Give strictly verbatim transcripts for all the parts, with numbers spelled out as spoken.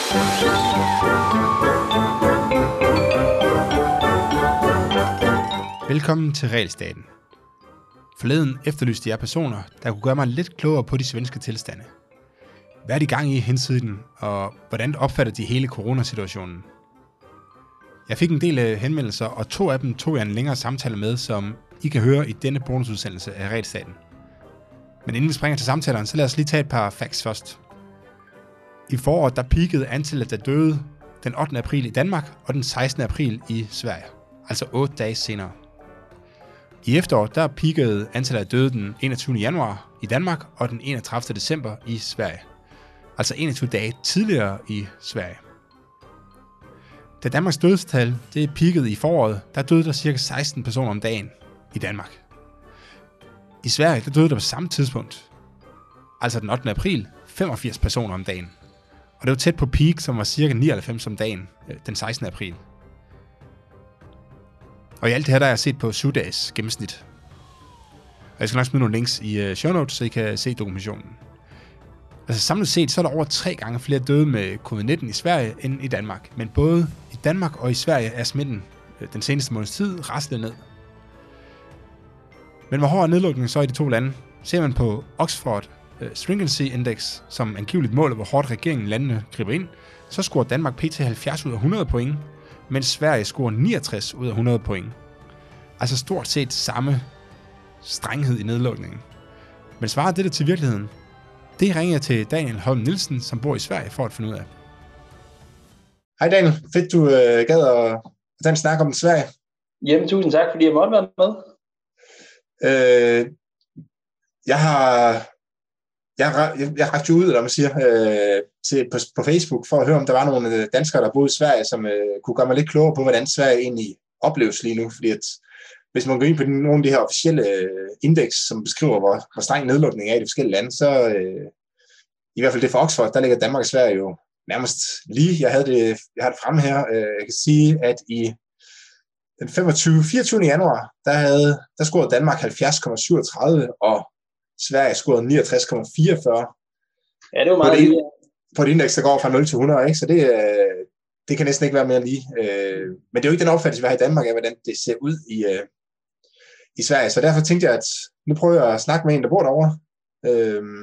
Velkommen til Realstaten. Forleden efterlyste jeg personer, der kunne gøre mig lidt klogere på de svenske tilstande. Hvad er de gang i hensiden, og hvordan opfatter de hele coronasituationen? Jeg fik en del henvendelser, og to af dem tog jeg en længere samtale med, som I kan høre i denne bonusudsendelse af Realstaten. Men inden vi springer til samtalerne, så lad os lige tage et par facts først. I foråret der peakede antallet af døde den ottende april i Danmark og den sekstende april i Sverige, altså otte dage senere. I efteråret der peakede antallet af døde den enogtyvende januar i Danmark og den enogtredivte december i Sverige, altså enogtyve dage tidligere i Sverige. Da Danmarks dødstal det peakede i foråret, der døde der ca. seksten personer om dagen i Danmark. I Sverige der døde der på samme tidspunkt, altså den ottende april, femogfirs personer om dagen. Og det var tæt på peak, som var ca. nioghalvfems om dagen den sekstende april. Og i alt det her, der har jeg set på syv dages gennemsnit. Og jeg skal nok smide nogle links i show notes, så I kan se dokumentationen. Altså samlet set, så er der over tre gange flere døde med covid nitten i Sverige end i Danmark. Men både i Danmark og i Sverige er smitten den seneste måneds tid raslet ned. Men hvor hård er nedlukningen så i de to lande? Ser man på Oxford Stringency Index, som angiveligt måler, hvor hårdt regeringen landene griber ind, så scorer Danmark pt. halvfjerds ud af hundrede point, mens Sverige scorer niogtres ud af hundrede point. Altså stort set samme strenghed i nedlukningen. Men svarer dette til virkeligheden? Det ringer jeg til Daniel Holm Nielsen, som bor i Sverige, for at finde ud af. Hej Daniel, fedt du øh, gad at tage en snak om Sverige. Jamen tusind tak, fordi jeg måtte være med. Øh, jeg har jeg, jeg, jeg rakte ud, eller man siger, øh, til, på, på Facebook for at høre, om der var nogle danskere, der boede i Sverige, som øh, kunne gøre mig lidt klogere på, hvordan Sverige egentlig opleves lige nu. Fordi at, hvis man går ind på nogle af de her officielle øh, indeks, som beskriver, hvor, hvor streng nedlukning er i de forskellige lande, så øh, i hvert fald det for Oxford, der ligger Danmark og Sverige jo nærmest lige. Jeg havde det, jeg har det fremme her. Øh, jeg kan sige, at i den femogtyvende fireogtyvende januar, der, havde, der scorede Danmark halvfjerds komma syvogtredive, og Sverige scorede niogtres komma fireogfyrre. Ja, det var meget lige. På et indeks, der går fra nul til hundrede, ikke? Så det, det kan næsten ikke være mere lige. Men det er jo ikke den opfattelse, vi har i Danmark af, hvordan det ser ud i, i Sverige. Så derfor tænkte jeg, at nu prøver jeg at snakke med en, der bor derovre. Øhm.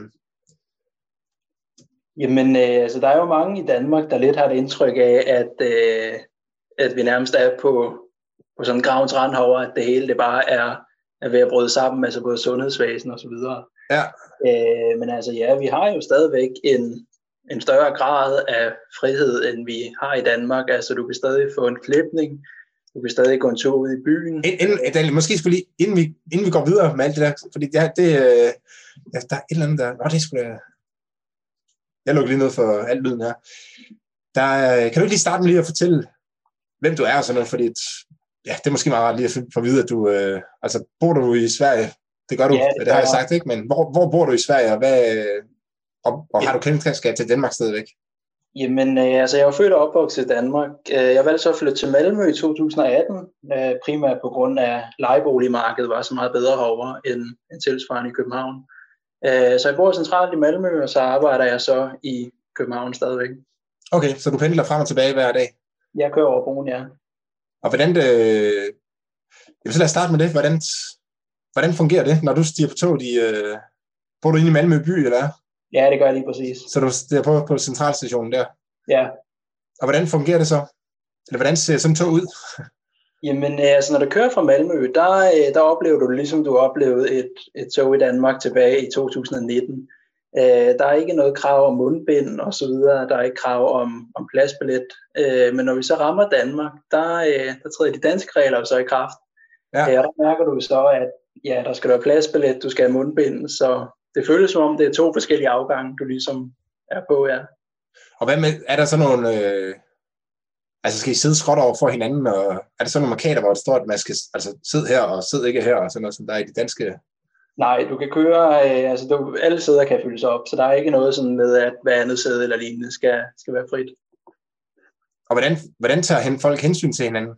Jamen, øh, altså, der er jo mange i Danmark, der lidt har det indtryk af, at, øh, at vi nærmest er på, på sådan en gravens rand herovre, at det hele det bare er, er ved at bryde sammen, altså både sundhedsvæsen og så videre. Ja. Øh, men altså ja, vi har jo stadigvæk en, en større grad af frihed, end vi har i Danmark. Altså du kan stadig få en klipning, du kan stadig gå en tur ud i byen. Inden, Daniel, måske selvfølgelig, inden vi, inden vi går videre med alt det der, fordi det, det, ja, der er et eller andet der, nå det skulle jeg, jeg lukker lige ned for alt lyden her. Der, kan du ikke lige starte med lige at fortælle, hvem du er og sådan noget, fordi ja, det er måske meget rart lige at få at vide, at du, øh, altså bor du i Sverige? Det gør du, ja, det, det har jeg sagt, ikke? Men hvor, hvor bor du i Sverige, og, hvad, og, og ja. Har du kendskab til Danmark stadigvæk? Jamen, øh, altså jeg var født og opvokset i Danmark. Jeg valgte så at flytte til Malmø i to tusind og atten, øh, primært på grund af lejeboligmarkedet var så meget bedre herovre end, end tilsvarende i København. Øh, så jeg bor centralt i Malmø, og så arbejder jeg så i København stadigvæk. Okay, så du pendler frem og tilbage hver dag? Jeg kører over broen, ja. Og hvordan det, jeg vil så lade starte med det, hvordan, hvordan fungerer det, når du stiger på toget i, øh, bor du inde i Malmø by, eller? Ja, det gør jeg lige præcis. Så du stiger på, på centralstationen der? Ja. Og hvordan fungerer det så? Eller hvordan ser sådan et tog ud? Jamen, altså når du kører fra Malmø, der, der oplever du det ligesom du oplevede et, et tog i Danmark tilbage i to tusind og nitten. Uh, der er ikke noget krav om mundbind og så videre, der er ikke krav om, om pladsbillet, uh, men når vi så rammer Danmark, der, uh, der træder de danske regler så i kraft. Ja. Uh, og der mærker du så, at ja, der skal være pladsbillet, du skal have mundbind, så det føles som om det er to forskellige afgange, du ligesom er på, ja. Og hvad med, er der så nogle, øh, altså skal I sidde skråt over for hinanden, og er der så nogle markader, hvor det står, at man skal altså, sidde her og sidde ikke her, og sådan noget, som der er i de danske? Nej, du kan køre, øh, altså du, alle sæder kan fyldes op, så der er ikke noget sådan med, at hver andet sæde eller lignende skal, skal være frit. Og hvordan, hvordan tager hen, folk hensyn til hinanden?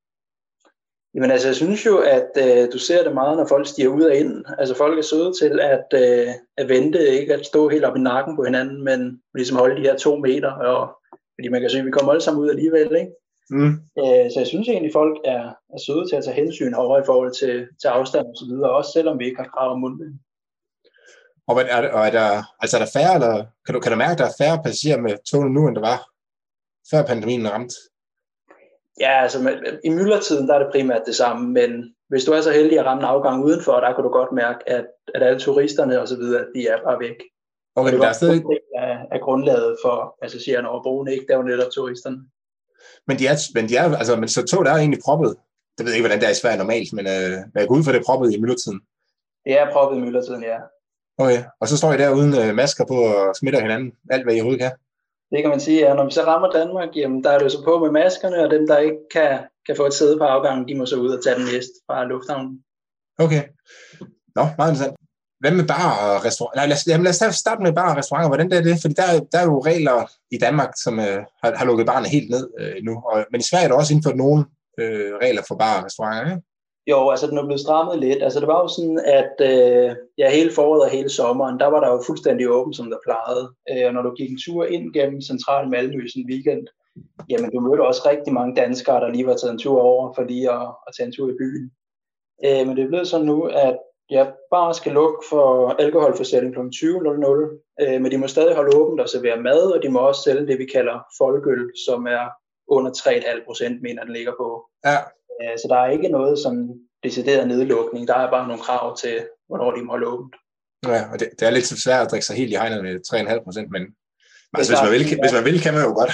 Jamen altså, jeg synes jo, at øh, du ser det meget, når folk stiger ud og ind. Altså folk er søde til at, øh, at vente, ikke at stå helt op i nakken på hinanden, men ligesom holde de her to meter og Fordi man kan se, at vi kommer alle sammen ud alligevel, ikke? Mm. Øh, så jeg synes egentlig, at folk er, er søde til at tage hensyn over i forhold til, til afstand og så videre, også selvom vi ikke har krav om mundbind. Og er, der, og er der, altså er der færre, eller kan du, kan du mærke, at der er færre passagerer med togene nu, end der var før pandemien ramte? Ja, altså med, i myldretiden, der er det primært det samme, men hvis du er så heldig at ramme en afgang udenfor, der kan du godt mærke, at, at alle turisterne og så videre, de er bare væk. Okay, men der er stadig... Af, af grundlaget for passagererne over broen, ikke? Det er jo netop turisterne. Men de er, men de er, altså, men så toget er egentlig proppet. Det ved jeg ikke, hvordan det er i Sverige normalt, men øh, jeg går ud for, det er proppet i myldretiden. Det er proppet i myldretiden, ja. Okay, og så står I der uden øh, masker på og smitter hinanden, alt hvad I overhovedet kan. Det kan man sige, ja. Når vi så rammer Danmark, jamen, der er det så på med maskerne, og dem, der ikke kan, kan få et sæde på afgangen, de må så ud og tage den næste fra lufthavnen. Okay. Nå, meget interessant. Hvad med bar og restauranter? Nej, lad os, jamen, lad os starte med bar og restauranter. Hvordan er det? Fordi der, der er jo regler i Danmark, som øh, har, har lukket barne helt ned øh, nu. Og, men i Sverige er der også indført nogle øh, regler for bar og restauranter, ikke? Jo, altså den er blevet strammet lidt. Altså det var jo sådan, at øh, ja, hele foråret og hele sommeren, der var der jo fuldstændig åben, som der plejede. Øh, og når du gik en tur ind gennem central Malmø i sådan en weekend, jamen du mødte også rigtig mange danskere, der lige var taget en tur over for lige at, at tage en tur i byen. Øh, men det er blevet sådan nu, at jeg bare skal lukke for alkoholforsäljning klokken tyve nul nul, øh, men de må stadig holde åbent og servere mad, og de må også sælge det, vi kalder folkeøl, som er under tre komma fem procent, mener den ligger på. Ja. Øh, så der er ikke noget som decideret nedlukning, der er bare nogle krav til, hvornår de må holde åbent. Ja, og det, det er lidt svært at drikke sig helt i hegnet med tre komma fem procent, men altså, hvis, man vil, hvis man vil, kan man jo godt.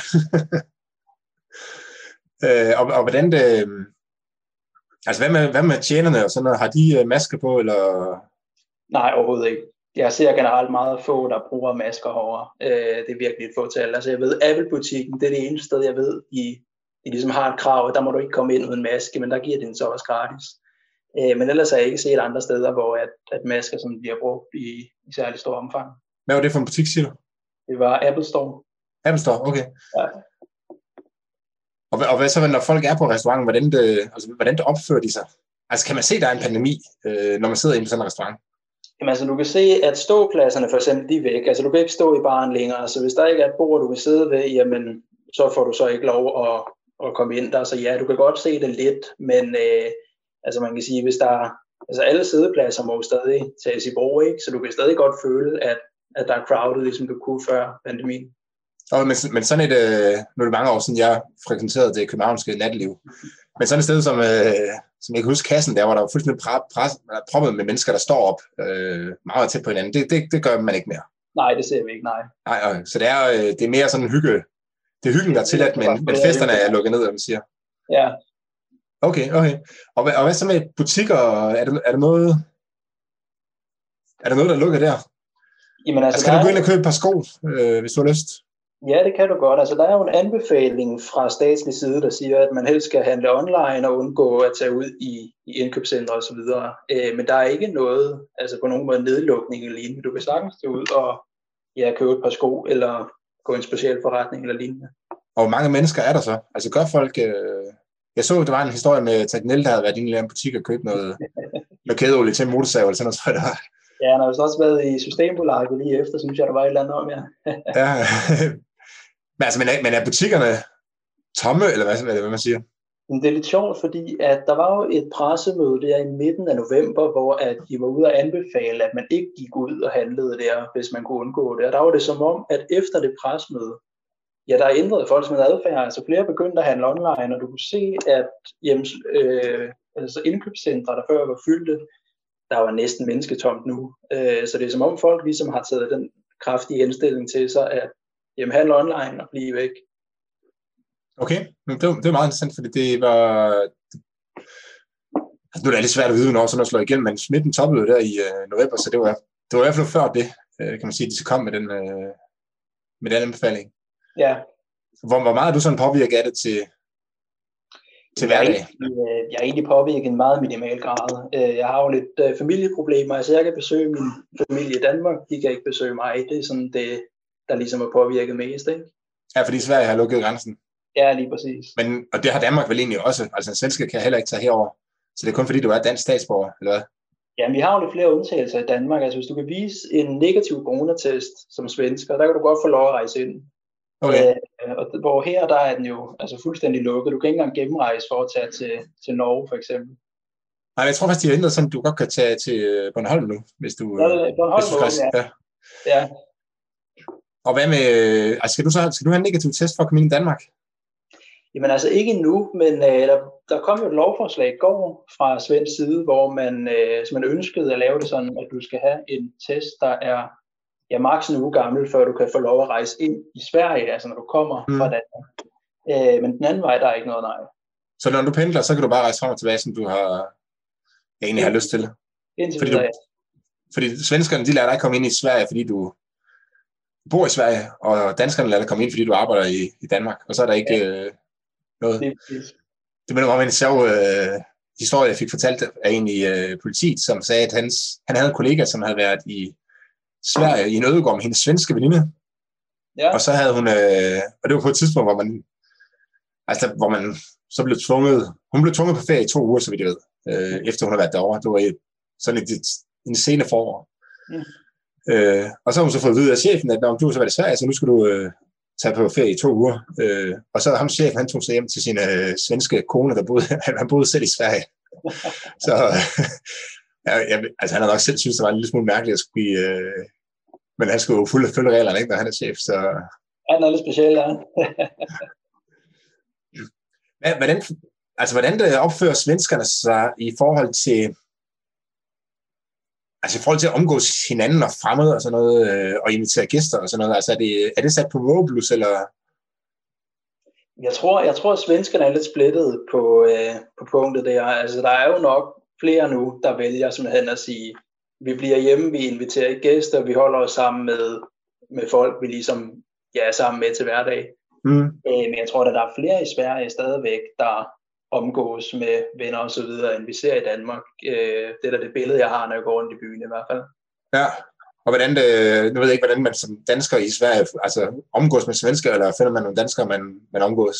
øh, og, og hvordan det... Altså, hvad med, hvad med tjenerne og sådan noget? Har de uh, masker på, eller? Nej, overhovedet ikke. Jeg ser generelt meget få, der bruger masker herovre. Øh, det er virkelig et fåtal. Altså, jeg ved, Apple-butikken, det er det eneste sted, jeg ved, de, de ligesom har et krav, der må du ikke komme ind uden maske, men der giver den så også gratis. Øh, men ellers har jeg ikke set andre steder, hvor at, at masker sådan bliver brugt i, i særlig stor omfang. Hvad var det for en butik, siger du? Det var Apple Store. Apple Store, okay. Ja. Og, og hvad så, når folk er på restauranten, hvordan det, altså, hvordan det opfører de sig? Altså, kan man se, der er en pandemi, øh, når man sidder inde på sådan en restaurant? Jamen altså, du kan se, at ståpladserne for eksempel, de er væk. Altså, du kan ikke stå i baren længere. Så hvis der ikke er et bord, du kan sidde ved, jamen, så får du så ikke lov at, at komme ind der. Så ja, du kan godt se det lidt, men øh, altså, man kan sige, hvis der er, altså, alle sædepladser må jo stadig tages i brug, ikke? Så du kan stadig godt føle, at, at der er crowded, ligesom du kunne før pandemien. Og, men, men sådan et, øh, nu er det mange år siden, jeg frekventerede det københavnske natteliv. Men sådan et sted, som, øh, som jeg kan huske kassen, der var der fuldstændig pra- pra- proppet med mennesker, der står op øh, meget tæt på hinanden. Det, det, det gør man ikke mere. Nej, det ser vi ikke, nej. Nej, øh, så det er, øh, det er mere sådan en hygge. Det er hyggen, der er tilladt, men, men festerne er lukket ned, som man siger. Ja. Okay, okay. Og, og hvad så med butikker? Er der, er der noget, er der noget, der lukker der? Jamen, altså, altså, kan du gå ind og købe et par sko, øh, hvis du har lyst? Ja, det kan du godt. Altså, der er jo en anbefaling fra statslig side, der siger, at man helst skal handle online og undgå at tage ud i, i indkøbscentre osv. Øh, men der er ikke noget, altså på nogen måde nedlukning eller lignende. Du kan sagtens tage ud og ja, købe et par sko, eller gå i en speciel forretning eller lignende. Og hvor mange mennesker er der så? Altså gør folk... Øh... Jeg så, der var en historie med Tagnell, der havde været i en eller anden butik og købt noget, noget kædeolie til en motorsav eller sådan noget, tror jeg, der var. Ja, han har jo også været i Systembolaget lige efter, synes jeg, der var et eller andet om, ja. Ja. Men, altså, men, er, men er butikkerne tomme, eller hvad, hvad, hvad man siger? Det er lidt sjovt, fordi at der var jo et pressemøde der i midten af november, hvor at de var ude at anbefale, at man ikke gik ud og handlede der, hvis man kunne undgå det. Og der var det som om, at efter det pressemøde, ja, der ændrede folk med adfærd, altså flere begyndte at handle online, og du kunne se, at hjem, øh, altså indkøbscentre, der før var fyldte, der var næsten mennesketomt nu. Øh, så det er som om folk ligesom har taget den kraftige indstilling til sig, at jamen, handle online og blive væk. Okay, det var, det var meget interessant, fordi det var... Altså, nu er det lidt svært at vide, når sådan noget slår igennem, men smitten toppede der i øh, november, så det var, det var i hvert fald før det, øh, kan man sige, at de så kom med den, øh, med den anbefaling. Ja. Hvor, hvor meget er du sådan påvirket af det til, til hverdag? Jeg, jeg er egentlig påvirket en meget minimal grad. Jeg har jo lidt øh, familieproblemer, altså jeg kan besøge min familie i Danmark, de kan ikke besøge mig. Det er sådan det, der ligesom er påvirket mest, ikke? Ja, fordi Sverige har lukket grænsen. Ja, lige præcis. Men, og det har Danmark vel egentlig også. Altså en svensker kan heller ikke tage herover. Så det er kun fordi, du er dansk statsborger, eller hvad? Ja, vi har jo lidt flere undtagelser i Danmark. Altså hvis du kan vise en negativ coronatest som svensker, der kan du godt få lov at rejse ind. Okay. Øh, og hvor, hvor her, der er den jo altså fuldstændig lukket. Du kan ikke engang gennemrejse for at tage til, til Norge, for eksempel. Nej, jeg tror faktisk, de har ændret sådan, at du godt kan tage til Bornholm nu, hvis du... Ja, Bornholm, hvis du skal, ja. ja. ja. Og hvad med... Altså, skal du så skal du have en negativ test for at komme ind i Danmark? Jamen altså ikke endnu, men øh, der, der kom jo et lovforslag i går fra svensk side, hvor man, øh, man ønskede at lave det sådan, at du skal have en test, der er ja, maks en uge gammel, før du kan få lov at rejse ind i Sverige, altså når du kommer mm. fra Danmark. Øh, men den anden vej, der er ikke noget nej. Så når du pendler, så kan du bare rejse frem og tilbage, som du har, egentlig har lyst til? Indtil fordi, videre, du, fordi svenskerne, de lader dig komme ind i Sverige, fordi du bor i Sverige, og danskerne lader dig komme ind, fordi du arbejder i, i Danmark, og så er der ikke ja. øh, noget. Det, det. det minder mig om en sjov øh, historie, jeg fik fortalt af en i øh, politiet, som sagde, at hans, han havde en kollega, som havde været i Sverige i en ødegård med hendes svenske veninde. Ja. Og så havde hun, øh, og det var på et tidspunkt, hvor man, altså, hvor man så blev tvunget, hun blev tvunget på ferie i to uger, så vidt jeg ved, øh, efter hun havde været derovre. Det var i, sådan et, et, en sene forår. Mm. Øh, og så har hun så fået at vide af chefen, at når du så var det Sverige, så nu skal du øh, tage på ferie i to uger. Øh, og så ham chefen, han tog sig hjem til sin øh, svenske kone, der boede, han boede selv i Sverige. så ja, jeg, altså han har nok selv synes det var en lille smule mærkeligt at skulle blive, øh, men han skulle jo fuldt følge reglerne, ikke, når han er chef. Så ja, den er lidt speciel, ja. hvordan, altså hvordan det opfører svenskerne sig i forhold til altså i forhold til at omgås hinanden og fremmede og sådan noget, øh, og invitere gæster og sådan noget, altså er det, er det sat på vågeblus, eller? Jeg tror, jeg tror, at svenskerne er lidt splittet på, øh, på punktet der. Altså, der er jo nok flere nu, der vælger simpelthen at sige, vi bliver hjemme, vi inviterer ikke gæster, vi holder os sammen med, med folk, vi ligesom ja, er sammen med til hverdag. Mm. Øh, men jeg tror, at der er flere i Sverige stadigvæk, der omgås med venner og så videre, end vi ser i Danmark. Øh, det er da det billede, jeg har, når jeg går rundt i byen i hvert fald. Ja, og hvordan det, nu ved jeg ikke, hvordan man som dansker i Sverige altså omgås med svensker, eller finder man nogle danskere, man, man omgås?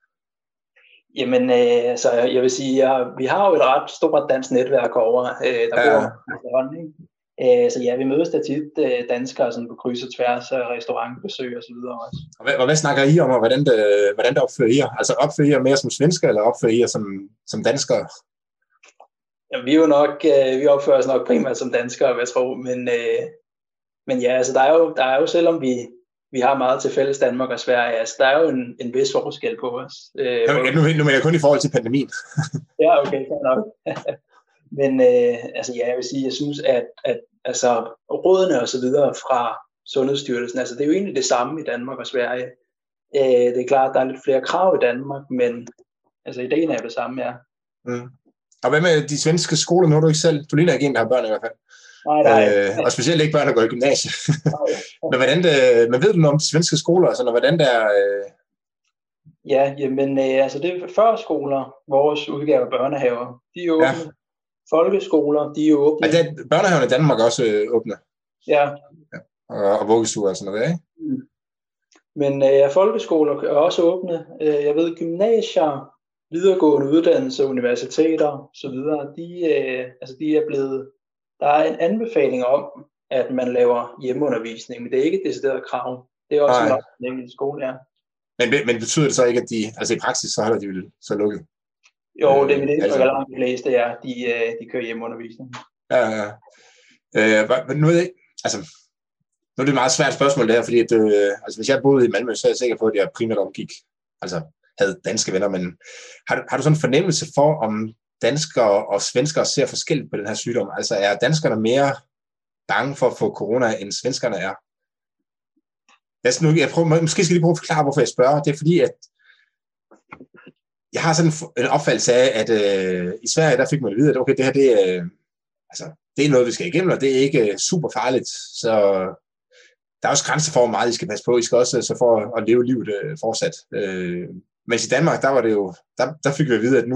Jamen, øh, altså, jeg vil sige, ja, vi har jo et ret stort dansk netværk over, øh, der ja. bor hånden, ikke? Øh, så ja, vi mødes da tit øh, danskere sådan på kryds og tværs af restaurantbesøg og så videre også. Og hvad, og hvad snakker I om, og hvordan det, hvordan det opfører I jer? Altså opfører I jer mere som svensker, eller opfører I jer som, som danskere? Ja, vi er jo nok, øh, vi opfører os nok primært som danskere, vil jeg tro, men, øh, men ja, altså der er jo, der er jo selvom vi, vi har meget til fælles Danmark og Sverige, altså der er jo en, en vis forskel på os. Øh, ja, nu, nu mener jeg kun i forhold til pandemien. Ja, okay, fair nok. Men øh, altså ja, jeg vil sige, jeg synes, at, at altså, rådene og så videre fra Sundhedsstyrelsen, altså det er jo egentlig det samme i Danmark og Sverige. Øh, det er klart, at der er lidt flere krav i Danmark, men altså ideen er jo det samme, ja. Mm. Og hvad med de svenske skoler? Nu er du ikke selv, du ligner ikke en, der har børn i hvert fald. Nej, nej. Øh, og specielt ikke børn, der går i gymnasiet. Men hvordan det, men ved du noget om de svenske skoler, altså, og hvordan det er? Øh... Ja, jamen øh, altså det er førskoler, vores udgave af børnehaver, de er åbne. Ja. Folkeskoler, de er åbne. Ja, det, børnehaverne i Danmark er også øh, åbne. Ja. Ja. Og, og vuggestuer og sådan noget, ikke? Mm. Men øh, folkeskoler er også åbne. Øh, jeg ved, gymnasier, videregående uddannelser, universiteter så videre, de, øh, altså de er blevet, der er en anbefaling om, at man laver hjemmeundervisning, men det er ikke et decideret krav. Det er også nok en enkelt skole, ja. Men, men betyder det så ikke, at de, altså i praksis, så holder de vel så lukket? Jo, det er mit indtryk, at langt de fleste er, de, de kører hjemmeundervisning. Ja, ja. Øh, nu ved jeg, altså, nu er det et meget svært spørgsmål det her, fordi at, øh, altså, hvis jeg boede i Malmø, så er jeg sikker på, at jeg primært omgik, altså havde danske venner, men har, har du sådan en fornemmelse for, om danskere og svenskere ser forskelligt på den her sygdom? Altså er danskerne mere bange for at få corona, end svenskerne er? Jeg, nu, jeg prøver, måske skal jeg lige prøve at forklare, hvorfor jeg spørger. Det er fordi, at jeg har sådan en opfattelse af, at øh, i Sverige, der fik man at vide, at okay, det her, det er, øh, altså, det er noget, vi skal igennem, og det er ikke super farligt. Så der er også grænser for, hvor meget I skal passe på. I skal også så for at leve livet øh, fortsat. Øh, mens i Danmark, der var det jo, der, der fik vi at vide, at nu,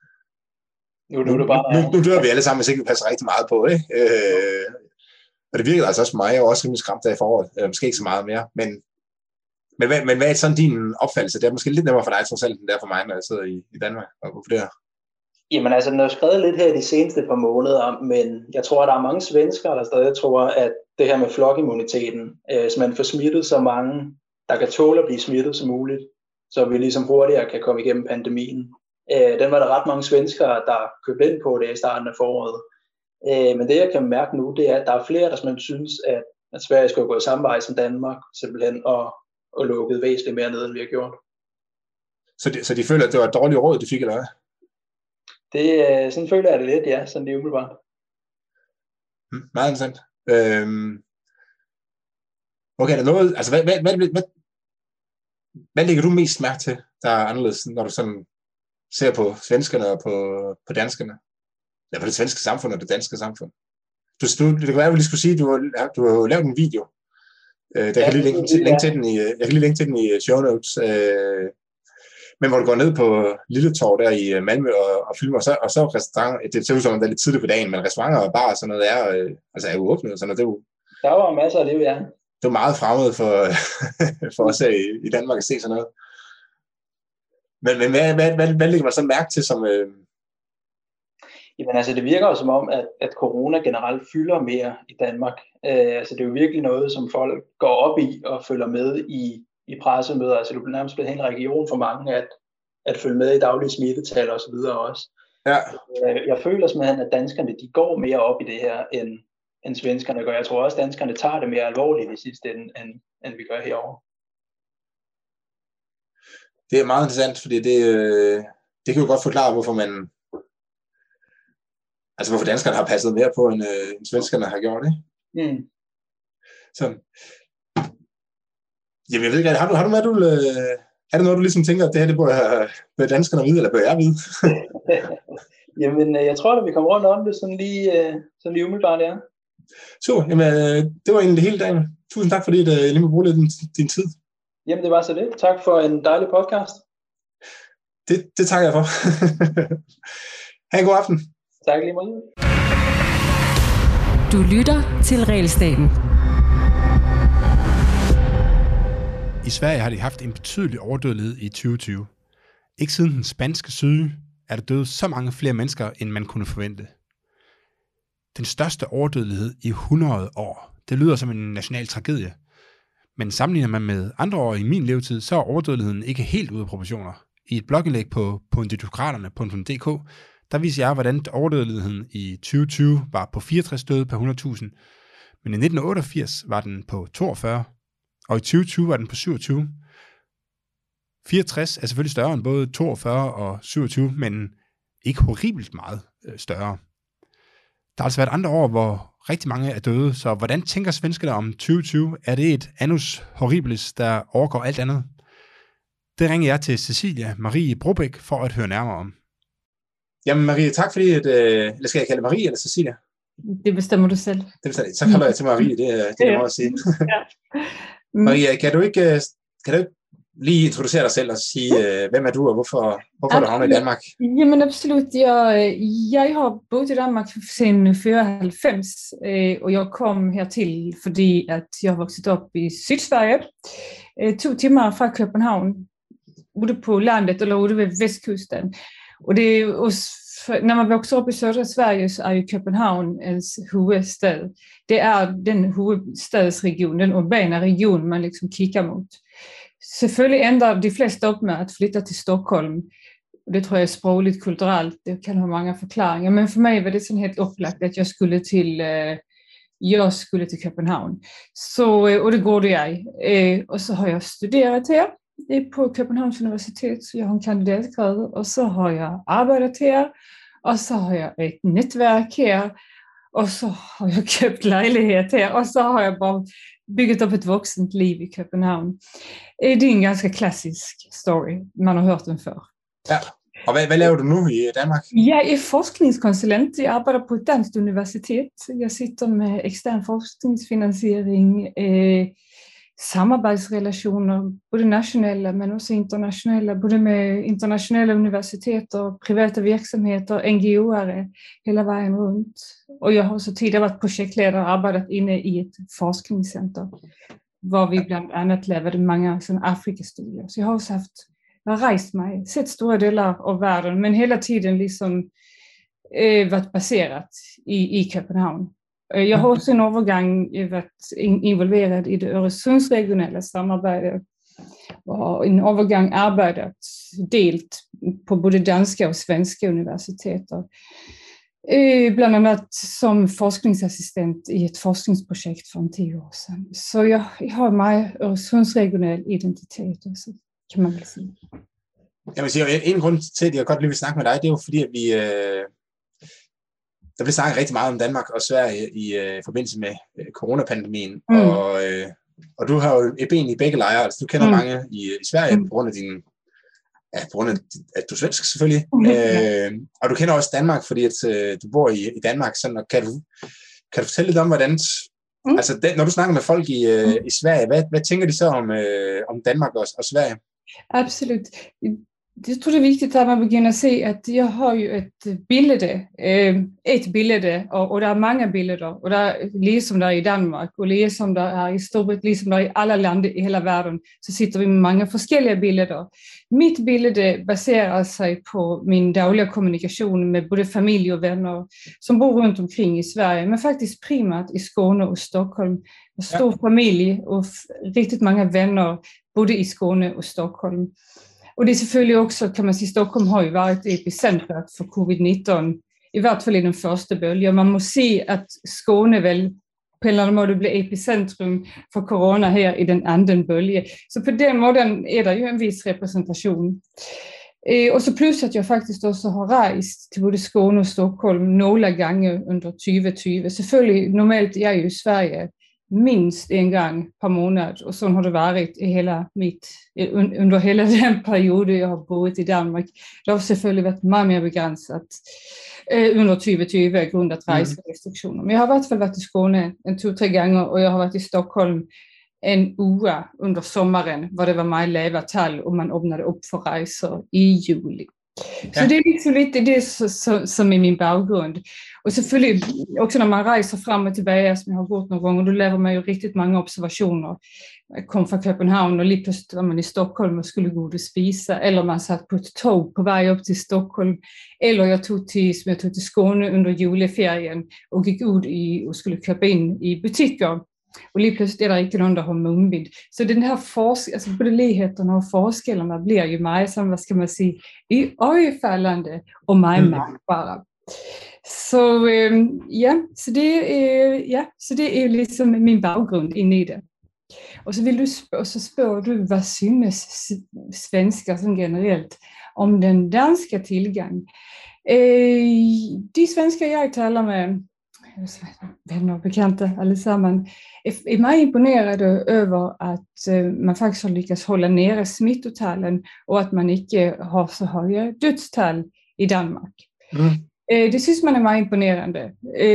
nu, nu, nu, bare, nu, nu dør vi alle sammen, hvis ikke vi passer rigtig meget på. Ikke? Øh, og det virkede altså også for mig. Jeg var også rimelig skræmt der i foråret. Øh, måske ikke så meget mere, men Men hvad, men hvad er sådan din opfattelse? Det er måske lidt nemmere for dig, trods alt, end det er for mig, når jeg sidder i, i Danmark og vurderer. Jamen altså, den er jo skrevet lidt her de seneste par måneder, men jeg tror, at der er mange svenskere, der stadig tror, at det her med flokimmuniteten, øh, så man får smittet så mange, der kan tåle at blive smittet som muligt, så vi ligesom hurtigere kan komme igennem pandemien. Øh, den var der ret mange svenskere, der købte ind på det i starten af foråret. Øh, men det, jeg kan mærke nu, det er, at der er flere, der simpelthen synes, at, at Sverige skulle gå samme vej som Danmark, simpelthen, og, og lukket væsentligt mere ned, end vi har gjort. Så de, så de føler, at det var et dårligt råd, de fik, eller hvad? Det, sådan føler jeg det lidt, ja, sådan det er umiddelbart. Hmm, meget interessant. Øhm, okay, er der noget, altså hvad, hvad, hvad, hvad, hvad lægger du mest mærke til, der er anderledes, når du sådan ser på svenskerne og på, på danskerne? Eller på det svenske samfund og det danske samfund? Du, du, det kan være, at du lige skulle sige, at du har, du har lavet en video. Øh, der ja, kan lige linke, til, linke til den i, jeg kan lige linke til den i show notes. Øh, men hvor du går ned på Lille Torv der i Malmø og, og filmer, og så, og så restauranter, det ser ud som, at det er lidt tidligt på dagen, men restauranter og bar og sådan noget er, øh, altså er jo åbnet. Sådan noget, det er jo, der var masser af liv, ja. Det er meget fremmed for, for os i, i Danmark at se sådan noget. Men, men hvad, hvad, hvad, hvad lægger man så mærke til som... Øh... Jamen altså, det virker jo som om, at, at corona generelt fylder mere i Danmark. Øh, altså, det er jo virkelig noget, som folk går op i og følger med i, i pressemøder. Altså, det bliver nærmest blevet en region for mange at, at følge med i daglige smittetal og så videre også. Ja. Øh, jeg føler simpelthen, at danskerne de går mere op i det her, end, end svenskerne gør. Jeg tror også, at danskerne tager det mere alvorligt i sidste ende, end, end vi gør herovre. Det er meget interessant, fordi det, det kan jo godt forklare, hvorfor man... Altså, hvorfor danskerne har passet mere på, end, øh, end svenskerne har gjort, ikke? Mm. Så... Jamen, jeg ved ikke, har du, har du med, du... Øh, er det noget, du ligesom tænker, at det her, det bør, bør danskerne vide, eller bør jeg vide? Jamen, jeg tror, at vi kommer rundt om det, sådan lige, sådan lige umiddelbart, ja. Super, jamen, det var egentlig det hele dagen. Tusind tak, fordi jeg lige må bruge lidt din, din tid. Jamen, det var så det. Tak for en dejlig podcast. Det, det takker jeg for. Ha' en god aften. Tak lige meget. Du lytter til Regelstaten. I Sverige har de haft en betydelig overdødelighed i tyve tyve. Ikke siden den spanske syge er der døde så mange flere mennesker, end man kunne forvente. Den største overdødelighed i hundrede år. Det lyder som en national tragedie. Men sammenligner man med andre år i min levetid, så er overdødeligheden ikke helt ude af proportioner. I et blogindlæg på punditokraterne punktum d k, der viser jeg, hvordan overdødeligheden i tyve tyve var på fireogtres døde per hundrede tusind, men i nitten otteogfirs var den på toogfyrre, og i tyve tyve var den på syvogtyve. fireogtres er selvfølgelig større end både toogfyrre og syvogtyve, men ikke horribelt meget større. Der har altså været andre år, hvor rigtig mange er døde, så hvordan tænker svenskerne om tyve tyve? Er det et annus horribilis, der overgår alt andet? Det ringer jeg til Cecilia Marie Brobæk for at høre nærmere om. Jamen Marie, tak fordi, at, øh, eller skal jeg kalde Marie eller Cecilia? Det bestemmer du selv. Det bestemmer, så kalder jeg til Marie, det, det er meget at sige. Ja. Marie, kan du ikke, kan du ikke lige introducere dig selv og sige, øh, hvem er du, og hvorfor, hvorfor du havnet i Danmark? Jamen absolut. Jeg, jeg har boet i Danmark siden fireoghalvfems, øh, og jeg kom hertil, fordi at jeg har vokset op i Sydsverige, øh, to timer fra København, ude på landet eller ude ved vestkysten. Og det er også, når man vokser op i sødre Sverige, så er jo København ens hovedstad. Det er den hovedstadsregion, den urbane region, man liksom kigger mod. Selvfølgelig ender de fleste op med at flytte til Stockholm. Det tror jeg er sprogligt, kulturelt, det kan have mange forklaringer. Men for mig var det sådan helt oplagt, at jeg skulle til, øh, jeg skulle til København. Så, øh, og det gjorde jeg. Øh, og så har jeg studeret her på Københavns Universitet, så jeg har en kandidatgrad, og så har jeg arbejdet her, og så har jeg et netværk her, og så har jeg købt lejlighed her, og så har jeg bare bygget op et voksent liv i København. Det er en ganske klassisk story, man har hørt den før. Ja, og hvad, hvad laver du nu i Danmark? Jeg er forskningskonsulent. Jeg arbejder på et dansk universitet. Jeg sitter med ekstern forskningsfinansiering, øh, samarbejdsrelationer, både nationale, men også internationale, både med internationale universiteter, private virksomheder, N G O'er hele vejen rundt. Og jeg har også tidligere været projektleder og arbejdet inde i et forskningscenter, hvor vi blandt andet lavede mange sådan Afrikastudier. Så jeg har også haft, jeg har rejst mig, set store deler af verden, men hele tiden ligesom øh, været baseret i, i København. Jeg har også en overgang været involveret i det Øresundsregionale samarbejde, och en övergång arbetat delt på både danska och svenska universiteter. Bland annat som forskningsassistent i ett forskningsprojekt för en tio år sedan. Så jag, jag har mig Øresundsregional identitet også, kan man vel sige. Jeg vil sige, en grund til, at jeg godt lige vil snakke med dig, det er jo fordi, at vi, øh, der bliver snakket rigtig meget om Danmark og Sverige i øh, forbindelse med øh, coronapandemien, mm. og, øh, og du har jo et ben i begge lejre, altså du kender mm. mange i, i Sverige mm. på grund af din, ja, på grund af, at du er svensk selvfølgelig, mm. øh, og du kender også Danmark, fordi at, øh, du bor i, i Danmark, sådan, og kan du, kan du fortælle lidt om, hvordan, mm. altså den, når du snakker med folk i, øh, i Sverige, hvad, hvad tænker de så om, øh, om Danmark og, og Sverige? Absolut. Jeg tror, det er vigtigt, at man begynder at se, at jeg har jo et billede, et billede, og, og der er mange billeder, og der er ligesom der er i Danmark, og ligesom der er i Storbritannien, ligesom der er i alle lande i hele verden, så sitter vi med mange forskellige billeder. Mit billede baserer sig på min daglige kommunikation med både familie og venner, som bor rundt omkring i Sverige, men faktisk primært i Skåne og Stockholm. En stor ja. familie og rigtig mange venner, både i Skåne og Stockholm. Og det er selvfølgelig også, kan man sige, Stockholm har jo været epicenter for covid nitten, i hvert fald i den første bølge, og man må sige, at Skåne vel på en eller anden måde blev epicentrum for corona her i den anden bølge. Så på den måde er der jo en vis repræsentation. Og så plus, at jeg faktisk også har rejst til både Skåne og Stockholm nogle gange under tyve tyve. Selvfølgelig, normalt er jeg jo i Sverige minst en gang per måned, og sådan har det været i hele mit, under hele den periode, jeg har boet i Danmark. Det har selvfølgelig været meget mere begrænset øh, under tyve tyve af grund af rejserestriktioner. Men jeg har i hvert fald været i Skåne en to-tre gange, og jeg har været i Stockholm en uge under sommeren, hvor det var meget lavere tal, og man åbnede op for rejser i juli. Ja. Så det er liksom lidt det, det så, så, som er min baggrund. Og selvfølgelig, også når man rejser frem og tilbage, som jeg har gjort nogle gange, du laver man jo rigtig mange observationer. Jeg kom fra København, og lige pludselig var man i Stockholm og skulle gå ud og spise, eller man satt på et tog på vej op til Stockholm, eller jeg tog til, som jeg tog til Skåne under juleferien, og gik ud i, og skulle købe ind i butikker. Og lige pludselig er der ikke nogen, der har mundbind. Så den her forskel, altså både lighederne og forskellerne bliver jo meget, som, hvad skal man sige, i øjefaldende og meget mærkbare. Så øh, ja, så det, øh, ja, så det er jo ligesom min baggrund inde i det. Og så vil du spørge, og så spørger du, hvad synes svensker sådan generelt om den danske tilgang? Øh, de svensker, jeg taler med, vänner och bekanta allesamman, är meget imponerade över att man faktiskt har lyckats hålla nere smittotalen och att man inte har så höga dödstal i Danmark. Mm. Det synes man är meget imponerande.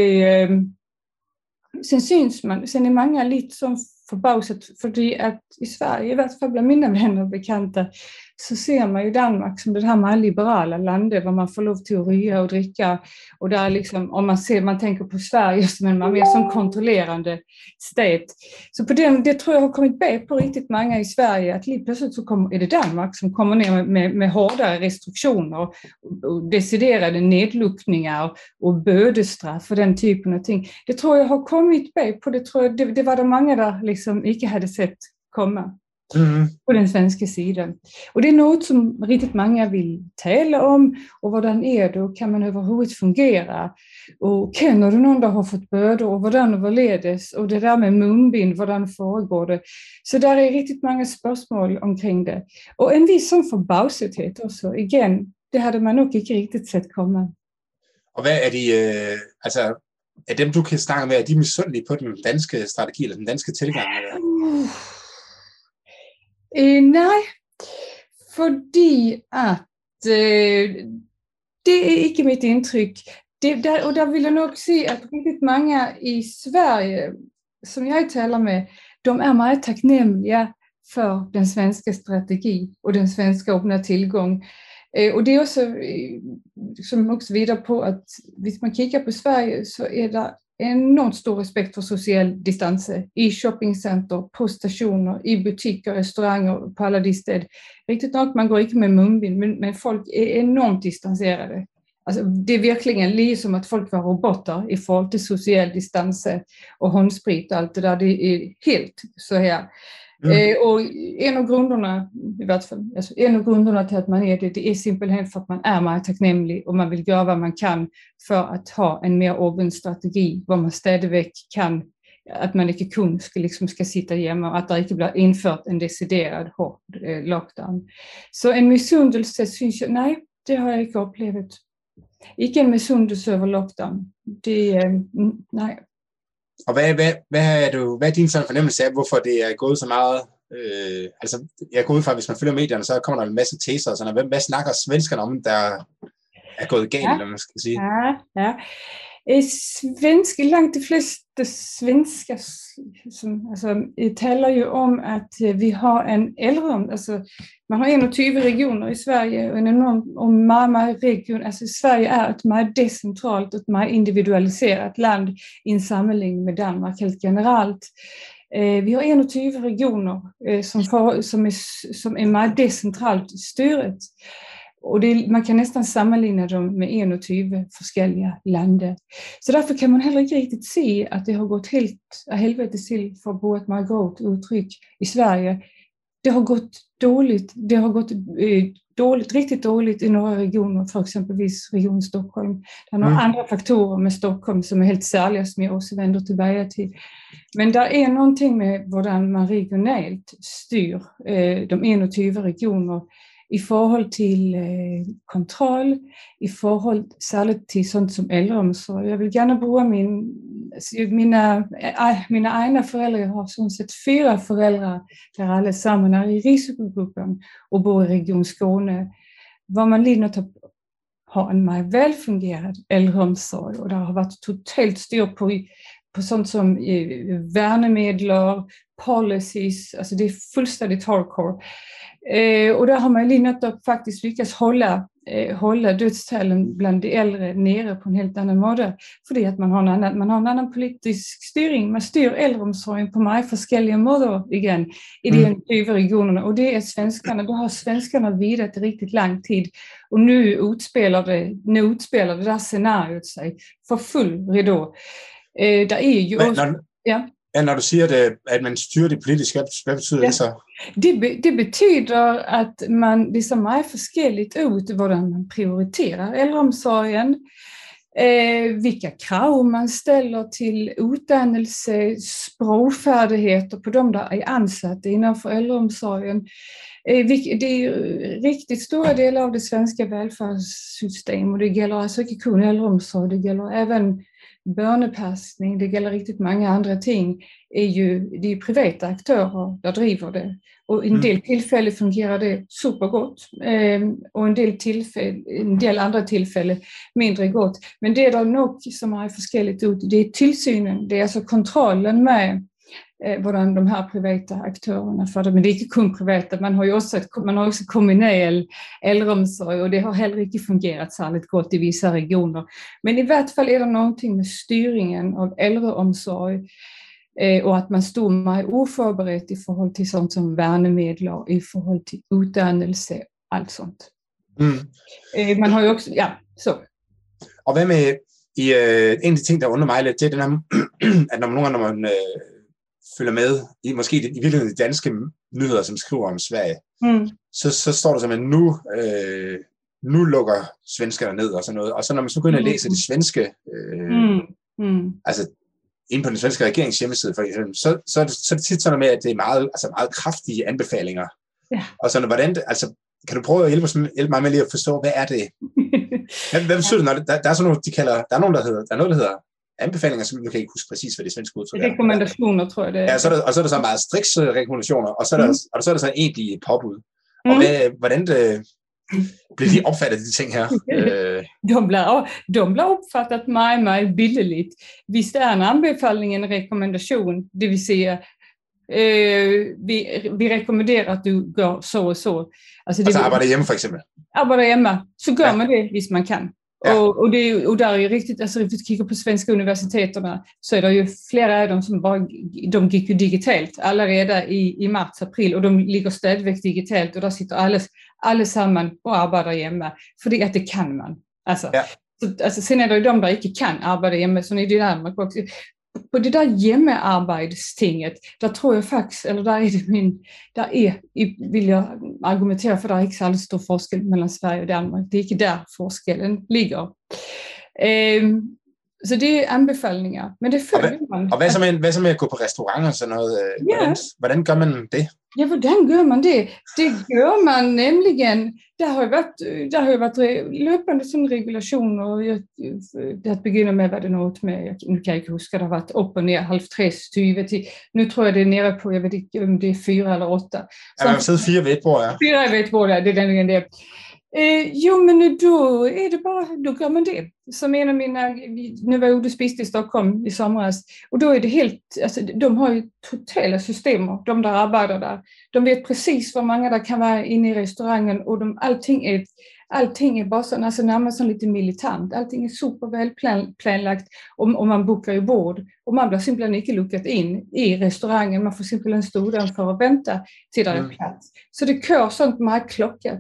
Sen syns man, sen är många lite som forbavset, fordi at i Sverige, i hvert fald bland mina vänner och bekanta, så ser man ju Danmark som det här meget liberala landet, hvor man får lov til at ryge og drikke, og der er liksom, om man ser, man tänker på Sverige som en mer som kontrollerande stat. Så på det, det tror jag har kommit bag på riktigt många i Sverige, att lige plötsligt så kommer, är det Danmark som kommer ner med, med, med hårdare restriktioner och, och deciderade nedluckningar och bödestraff och den typen av ting. Det tror jag har kommit bag på, det tror jag, det, det var det många där liksom ikke hade sett komma. Mm. På den svenska sidan. Och det är något som riktigt många vill tala om, och hvordan är det, och kan man överhuvudtaget fungera, och känner du någon som har fått böder, och hvordan överledes, och det där med munbind, hvordan föregår det. Så där är riktigt många spörsmål omkring det. Och en viss sån förbavsethet också, igen, det hade man nog inte riktigt sett komma. Og hvad er de, øh, altså, er dem du kan snakke med, er de misundelige på den danske strategi, eller den danske tilgang? Eller? Uh. Eh, nej, fordi at eh, det er ikke mit indtryk. Det, der, og der vil jeg nok sige, at rigtig mange i Sverige, som jeg taler med, de er meget taknemmelige for den svenske strategi og den svenske åbne tilgang. Eh, og det er også, eh, som også videre på, at hvis man kigger på Sverige, så er der enormt stor respekt for social distance i shoppingcenter, på stationer, i butikker, restauranter, på alle de steder. Riktigt nok, man går ikke med mundbind, men, men folk er enormt distancerede. Altså, det er virkelig lige som at folk var robotter i forhold til social distance og håndsprit og alt det der. Det er helt så her. Mm. Eh, och en av grunderna, i hvert fall, alltså en av grunderna till att man är det, det är simpelthen för att man är mer tacknämlig och man vill göra vad man kan för att ha en mer öppen strategi, hvor man stadigvæk kan, att man inte kun ska, liksom, ska sitta hemma och att det inte blir infört en deciderad hård eh, lockdown. Så en misundelse synes jag, nej, det har jag inte upplevt. Ikke en misundelse over lockdown. Det er, øh, nej. Og hvad, hvad, hvad, er du, hvad er din sådan fornemmelse af, hvorfor det er gået så meget? Øh, altså, jeg går ud fra, hvis man følger medierne, så kommer der en masse teser og sådan. Hvad, hvad snakker svenskerne om, der er gået galt, ja. Eller man skal sige? Ja, ja. Svenske, langt de fleste svensker som, altså, taler jo om, at vi har en ældre, altså man har enogtyve regioner i Sverige, og en enorm og meget, meget region, altså Sverige er et meget decentralt og et meget individualiseret land i en sammenligning med Danmark helt generelt. Vi har enogtyve regioner, som, for, som, er, som er meget decentralt styret. Och det, man kan nästan sammanligna dem med enogtyve forskellige lande. Så därför kan man heller inte riktigt se att det har gått helt av helvete till, för att bruka ett meget grovt uttryck, i Sverige. Det har gått dåligt. Det har gått eh, dåligt, riktigt dåligt i några regioner, för exempelvis Region Stockholm. Det är några mm. andra faktorer med Stockholm som är helt särliga, som jag också vänder tillbaka till. Men det är någonting med hur man regionalt styr eh, de enogtyve regioner i forhold til øh, kontrol, i forhold særligt til sådan som ældreomsorg. Jeg vil gerne bruge mine, mine, øh, mine egne forældre. Jeg har sådan set fire forældre, der alle sammen er i risikogruppen og bor i Region Skåne, hvor man lige netop har en meget velfungerende ældreomsorg, og der har været totalt styr på, på sådan som øh, værnemidler, policies, altså det er fuldstændig hardcore. Eh, och där har man lige netop faktisk lyckats hålla, eh, hålla dödstalen bland de äldre nere på en helt annan måde, fordi at man har en annan, man har en annan politisk styring. Man styr äldreomsorgen på meget forskellige måder igen i de mm. tyve regionerna, och det är svenskarna. Då har svenskarna vidat riktigt lång tid, och nu utspelar det, nu utspelar det där scenariot sig för full ridå. Eh, der er jo også, ja. Ja, når du siger, det, at man styrer det politisk, hvad betyder ja. det så? Det, be, det betyder, at man, det ser meget forskelligt ud, hvordan man prioriterer ældreomsorgen, eh, hvilke krav man stiller til uddannelse, sprogfærdigheder på dem, der er ansat inden for ældreomsorgen. Eh, det er rigtig store deler af det svenske velfærdssystem, og det gælder altså ikke kun ældreomsorg, det gælder även børnepasning, det gælder rigtig mange andre ting, er jo de private aktører, der driver det. Og i en del tilfælde fungerer det super godt, øh, og en del, tilfælde, en del andre tilfælde mindre godt. Men det er der nok så meget forskelligt ud. Det er tilsynen, det er altså kontrollen med, øh, hvordan de her private aktørerne får det. Men det er ikke kun private, man har jo også, man har også kommunal ældreomsorg, og det har heller ikke fungeret særligt godt i visse regioner. Men i hvert fald er der noget med styringen af ældreomsorg, og at man stod meget uforberedt i forhold til sådan som værnemidler, i forhold til uddannelse, alt sånt. Mm. Man har jo også, ja, så. Og hvad med, i, øh, en af de ting, der undrer mig lidt, det er den her, at når man nogle gange, når man øh, følger med, i måske i virkeligheden de danske nyheder, som skriver om Sverige, mm. så, så står der simpelthen, nu, øh, nu lukker svenskerne ned og sådan noget. Og så når man så går ind og læser det svenske, øh, mm. Mm. altså inde på den svenske regerings hjemmeside, for eksempel, så, så, så er det tit sådan med, at det er meget, altså meget kraftige anbefalinger. Ja. Og sådan, hvordan, altså, kan du prøve at hjælpe, hjælpe mig med lige at forstå, hvad er det? Hvad, hvad betyder det, når det, der, der er sådan nogle, de kalder, der er nogen, der hedder, der er noget, der hedder anbefalinger, som jeg kan ikke huske præcis, hvad det svenske udtryk er. Rekommendationer, tror jeg det er. Ja, så er der, og så er der så meget strikse rekommendationer, og så er der, mm. og så er der så egentlige påbud. Og mm. hvad, hvordan det, bliver de opfattet, de ting her? de, bliver, de bliver opfattet meget, meget billigt. Hvis der er en anbefaling, en rekommendation, det vil sige, øh, vi, vi rekommenderer, at du gør så og så. Altså, det altså arbejder hjemme for eksempel? Arbejder hjemme, så gør ja. man det, hvis man kan. Ja. Och, och, det, och där är ju riktigt, alltså om vi kikar på svenska universiteterna så är det ju flera av dem som bara, de gick ju digitalt allerede i, i mars, april, och de ligger stadigvæk digitalt, och där sitter alla, alla samman och arbetar hemma, för att det kan man. Alltså, ja. så, alltså, sen är det ju de där inte kan arbeta hemma, så är det Danmark också. på det der hjemmearbejdstinget, der tror jeg faktisk, eller der er det min, der er, vil jeg argumentere for, der er ikke særlig stor forskel mellem Sverige og Danmark. Det er ikke der forskellen ligger. Øhm, så det er anbefalinger, men det føler og man. Og hvad så, med, hvad så med at gå på restauranter og sådan noget? Ja. Hvordan, hvordan gør man det? Ja, hvordan gør man det? Det gør man nemlig, der har jo været, der har jo været løbende sådan regulation, og jeg, det begynder med, hvad det nåede med, jeg, nu kan jeg ikke huske, der har været op og ned halvtreds tyve til, nu tror jeg det er nede på, jeg ved ikke, om det er fire eller otte. Ja, man har siddet fire ved et bord, ja. Fire ved et bord, ja, det er den der. Øh, jo, men du er det bare, du gør man det. Som en af mine, nu var jeg ude og spiste i Stockholm i sommeres, og då er det helt, altså de har jo totale systemer, de der arbejder der. De ved præcis, hvor mange der kan være inde i restauranten, og de, alting er, alting er bare sådan, altså nærmest sådan lidt militant. Alting er super vel plan, planlagt, og, og man booker i bord, og man bliver simpelthen ikke lukket ind i restauranten. Man får simpelthen stå udenfor og vente til der er plads. Så det kører sådan meget klokket.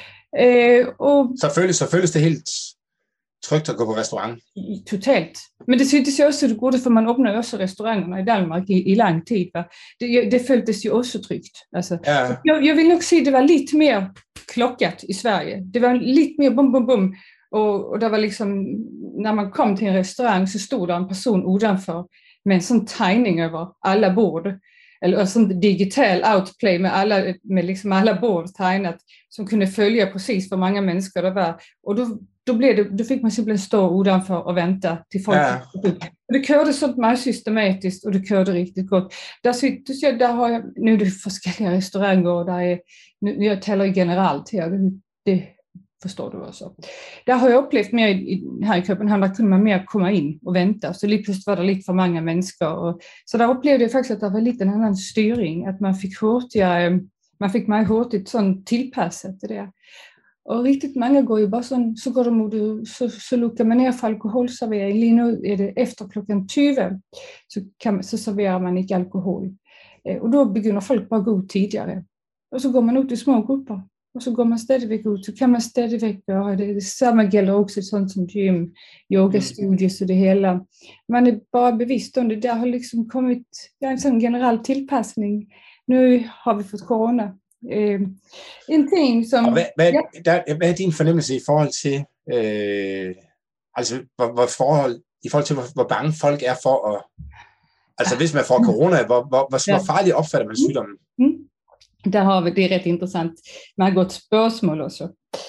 Øh, og så, føles, så føles det helt trygt at gå på restaurant? Totalt. Men det, det ser også det gode, for man åbner også restauranterne i Danmark i, i lang tid. Det, det føltes jo også trygt. Altså, ja. jeg, jeg vil nok sige, at det var lidt mere klokket i Sverige. Det var lidt mere bum bum bum. Og, og der var liksom, når man kom til en restaurant, så stod der en person udenfor med en sådan tegning over alle bord. Eller sådan digital outplay med alla, med liksom alla bord tegnet, som kunne følge præcis hvor mange mennesker der var. Og då, då, blev det, då fik man simpelthen stå udenfor og vente til folk. Ja. Og det kørte sådan meget systematisk, og det kørte rigtig godt. Der, der, der har jeg, nu er det forskellige restauranter, og der er, nu jeg taler generelt her, det, det forstår du også. Der har jeg oplevet mere i, her i København, der kunne man mere komme ind og vente, så lige pludselig var der lidt for mange mennesker. Og, så der oplevede jeg faktisk, at der var lidt en anden styring, at man fik hurtigere, man fik meget hurtigt sådan tilpasset det der. Og rigtig mange går jo bare sådan, så går du mod, så, så lukker man ned for alkoholservering. Lige nu er det efter klokken tyve, så, kan man, så serverer man ikke alkohol. Og då begynder folk bare at gå tidligere. Og så går man ud i små grupper. Og så går man stadigvæk ud, så kan man stadigvæk gøre det. Det samme gælder også sådan som gym, yogastudier, så det hele. Man er bare bevidst om det. Der har liksom kommet, der er en sådan generel tilpasning. Nu har vi fået corona. Øh, en ting som... Og hvad, hvad, ja. der, hvad er din fornemmelse i forhold til, øh, altså hvor, hvor forhold, i forhold til hvor, hvor bange folk er for at, altså hvis man får corona, hvor, hvor, hvor, ja. hvor farligt opfatter man sygdommen? Mm. Der har vi, det er ret interessant. Meget godt spørgsmål også.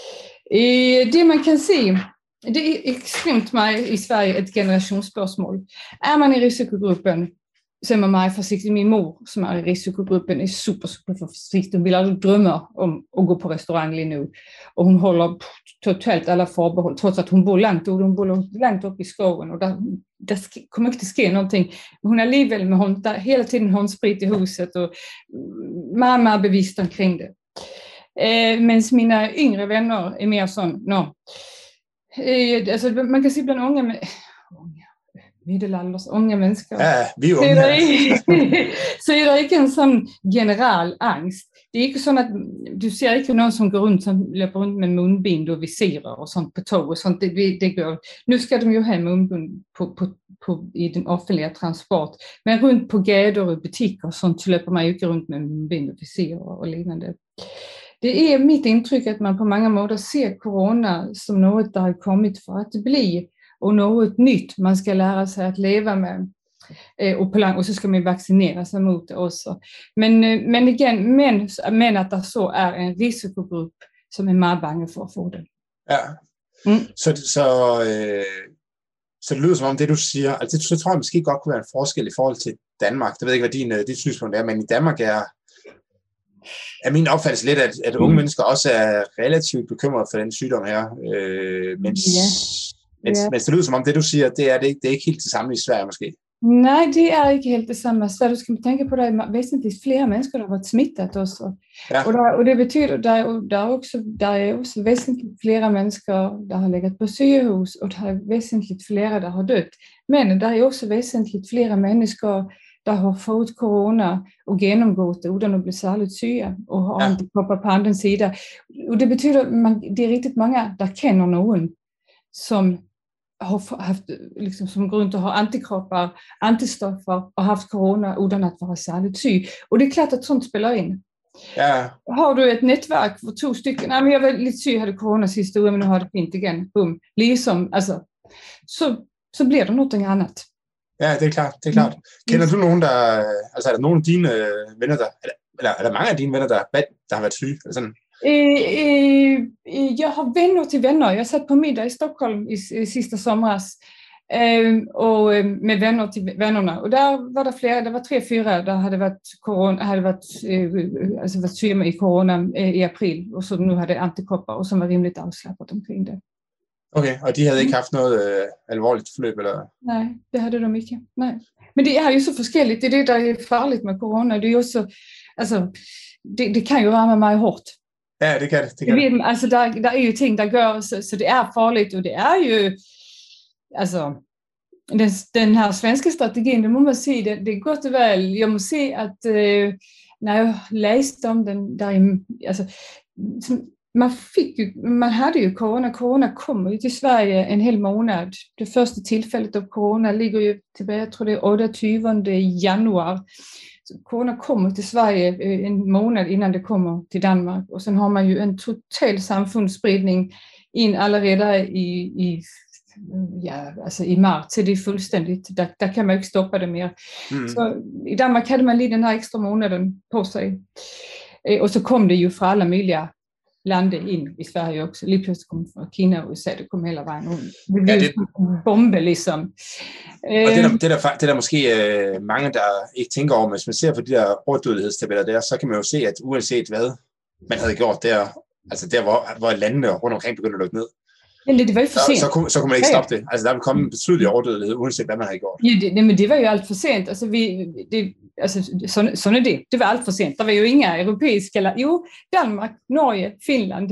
Øh, det man kan se, det er ekstremt meget i Sverige et generationsspørgsmål. Er man i risikogruppen, så er man meget forsigtig. Min mor, som er i risikogruppen, er super, super forsigtig. Hun vil aldrig drømme om at gå på restaurant lige nu. Og hun holder totalt alle forbehold, trods at hun bor langt ude. Hun bor langt op i skoven, og der, der kommer ikke til at ske noget. Hun er alligevel med hånd, der er hele tiden håndsprit i huset, og meget, meget bevidst omkring det. Øh, mens mine yngre venner er mere sådan, nå. Øh, altså, man kan sige blandt unge med... middelalders unge mennesker. Ja, vi er unge. Så er, ikke, så er der ikke en sådan general angst. Det er ikke sådan, at du ser ikke nogen, som går rundt, som løber rundt med mundbind og viserer og sådan på tog og sådan. Det, det gør. Nu skal de jo have mundbind på, på, på, i den offentlige transport. Men rundt på gader og butikker, sådan, så løber man jo ikke rundt med mundbind og viserer og lignende. Det er mit indtryk, at man på mange måder ser corona som noget, der er kommet for at blive, og noget nyt, man skal lære sig at leve med, og, på lang, og så skal man vaccinere sig mod det også. Men, men igen, men, men at der så er en risikogruppe, som er meget bange for at få det. Ja, mm. så, så, øh, så det lyder som om det, du siger, altså det så tror jeg måske godt kunne være en forskel i forhold til Danmark. Det ved jeg ikke, hvad din, dit synspunkt er, men i Danmark er, er min opfattelse lidt, at, at unge mm. mennesker også er relativt bekymrede for den sygdom her, øh, mens... Yeah. Men, ja. men det lyder som om det, du siger, det er, det, det er ikke helt det samme i Sverige måske. Nej, det er ikke helt det samme. Så du skal tænke på, at der er væsentligt flere mennesker, der har været smittet også. Ja. Og, der, og det betyder, at der er, der, er også, der er også væsentligt flere mennesker, der har ligget på sygehus, og der er væsentligt flere, der har dødt. Men der er også væsentligt flere mennesker, der har fået corona og gennemgået det, uden at blive særligt syge, og har ja. kopper på anden side. Og det betyder, at man, det er rigtig mange, der kender nogen, som har haft, liksom, som går runt och har antikroppar, antistoffer och haft corona utan att vara särskilt syg. Och det är klart att sånt spelar in. Ja. Har du ett nätverk för två stycken, nej men jag var lite syg, hade corona sista året, men nu har det fint igen, boom, liksom, alltså, så, så blir det någonting annat. Ja, det er klart, det er klart. Kender du nogen, der, altså er der nogen af dine venner, der, eller er der mange af dine venner, der, der har været syge, eller sådan? Eh, eh, jag har vänner till vänner. Jag satt på middag i Stockholm i, i sista somras eh, och eh, med vänner till vännerna. Och där var det flera, det var tre, fyra där hade varit corona, hade varit, eh, alltså varit syga i corona eh, i april och som nu hade antikroppar och som var rimligt avslappnat omkring det. Okay, og de havde ikke haft noget øh, alvorligt forløb, eller? Nej, det hade de inte. Nej. Men det är ju så forskelligt. Det är det, der är farligt med corona. Det är ju också, alltså, det, det kan ju ramma mig hårt. Ja, det kan det. det, kan det. Altså, der, der er jo ting, der gør, så, så det er farligt, og det er jo, altså, den, den her svenske strategien, det må man sige, det, det er godt og vel. Jeg må sige, at øh, når jeg læste om den, der, altså, man, fik jo, man havde jo corona, corona kom jo til Sverige en hel måned. Det første tilfælde af corona ligger jo tilbage, jeg tror det er otteogtyvende januar. Så corona kommer til Sverige en måned innan det kommer til Danmark, og så har man jo en total samfundsspridning ind allerede i, i, ja, altså i marts, så det er fuldstændigt, der, der kan man jo ikke stoppe det mere. Mm. Så i Danmark havde man lige den her ekstra måneden på sig, og så kom det jo fra alle mulige lande ind i Sverige også. Lige pludselig kom fra Kina og U S A, det kom hele vejen ud. Det blev ja, det... en bombe, ligesom. Og det er der, det er der, det er der måske øh, mange, der ikke tænker over, men hvis man ser på de der overdødelighedstabeller der, så kan man jo se, at uanset hvad man havde gjort der, altså der, hvor, hvor landene rundt omkring begyndte at lukke ned, ja, det var jo for sent. Så, så, kunne, så kunne man ikke stoppe det. Altså der ville komme en betydelig overdødelighed, uanset hvad man havde gjort. Ja, det, men det var jo alt for sent. Altså, vi, det, altså sådan, sådan er det. Det var alt for sent. Der var jo ingen europæiske, eller jo, Danmark, Norge, Finland,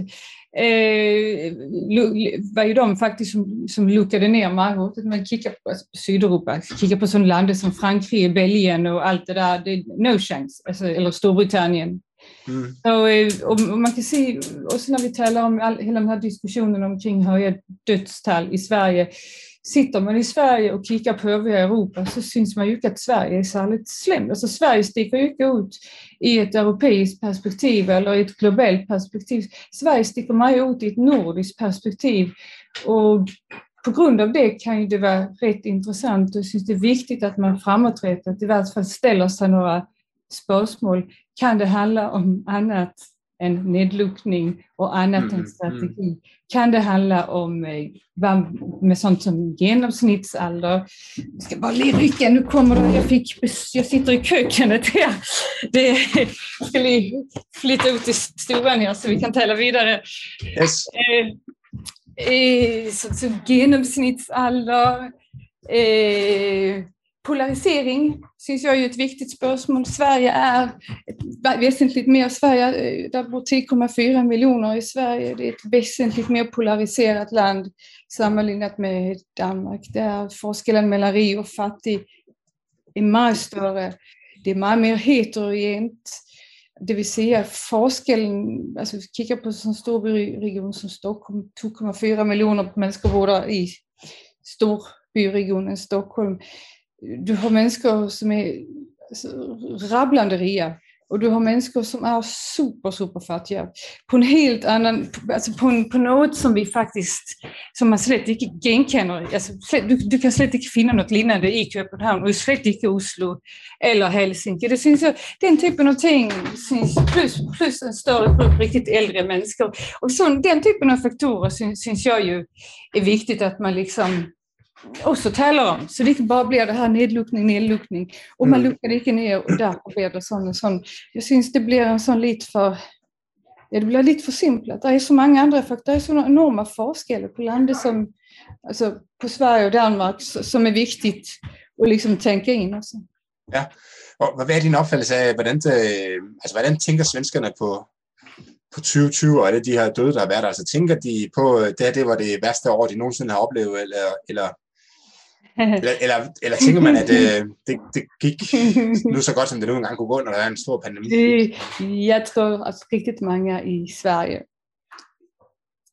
øh, var jo de faktisk, som, som lukkede ned meget hurtigt. Man kigger på altså, Sydeuropa, kigger på sådan lande som Frankrig, Belgien og alt det der, det er no chance, altså, eller Storbritannien. Mm. Så, øh, og man kan se, også når vi taler om al, hele den her diskussionen omkring høje dødstal i Sverige, sitter man i Sverige og kigger på øvrige Europa, så synes man jo ikke, at Sverige er særligt slemt. Altså Sverige stikker jo ikke ud i et europæisk perspektiv eller et globalt perspektiv. Sverige stikker meget ud i et nordisk perspektiv, og på grund af det kan det være ret interessant. Jeg synes, det er vigtigt, at man fremadrettet, at det i hvert fald stiller sig nogle spørgsmål. Kan det handle om andet end nedlukning og andet mm, end strategi? Mm. Kan det handle om øh, hvad med sådan som gennemsnitsalder? Jeg skal bare lige rykke, nu kommer der, jeg, fik, jeg sitter i køkkenet her. Det, jeg skal lige flytte ud til stuen her, så vi kan tale videre. Yes. Øh, øh, så, så gennemsnitsalder, øh, polarisering, synes jeg er jo et vigtigt spørgsmål. Sverige er væsentligt mere, Sverige, der bor ti komma fyra millioner i Sverige, det er et væsentligt mere polariseret land, sammenlignet med Danmark. Der er forskellen mellem rig og fattig er meget større, det er meget mere heterogent, det vil sige, at forskellen, altså hvis vi kigger på sådan en stor byregion som Stockholm, to komma fyra millioner mennesker bor der i storbyregionen Stockholm. Du har mennesker, som er altså, rablande rige, og du har mennesker, som er super, super fattige. På en helt anden, altså på, en, på noget, som vi faktisk, som man slet ikke genkender. Altså, slet, du, du kan slet ikke finde noget lignende i København, og slet ikke Oslo eller Helsinki. Det synes jeg, den typen af ting, synes, plus, plus en større gruppe rigtig ældre mennesker. Og sådan, den typen af faktorer, synes, synes jeg jo er vigtigt, at man liksom også taler om, så det ikke bare bliver det her nedlukning, nedlukning, og man lukker det ikke ned, og der bliver det sådan og sådan. Jeg synes, det bliver sådan lidt for, ja, det bliver lidt for simpelt. Der er så mange andre faktorer, der er sådan enorme forskelle på lande, som, altså på Sverige og Danmark, som er vigtigt at ligesom tænke ind også. Ja, og hvad er din opfattelse af, hvordan, det, altså, hvordan tænker svenskerne på, på tyve tyve og alle de her døde, der har været der? Altså tænker de på, det her det var det værste år, de nogensinde har oplevet, eller, eller Eller, eller, eller tænker man, at øh, det, det gik nu så godt, som det nu engang kunne gå, når der er en stor pandemi? Det, jeg tror, at rigtig mange i Sverige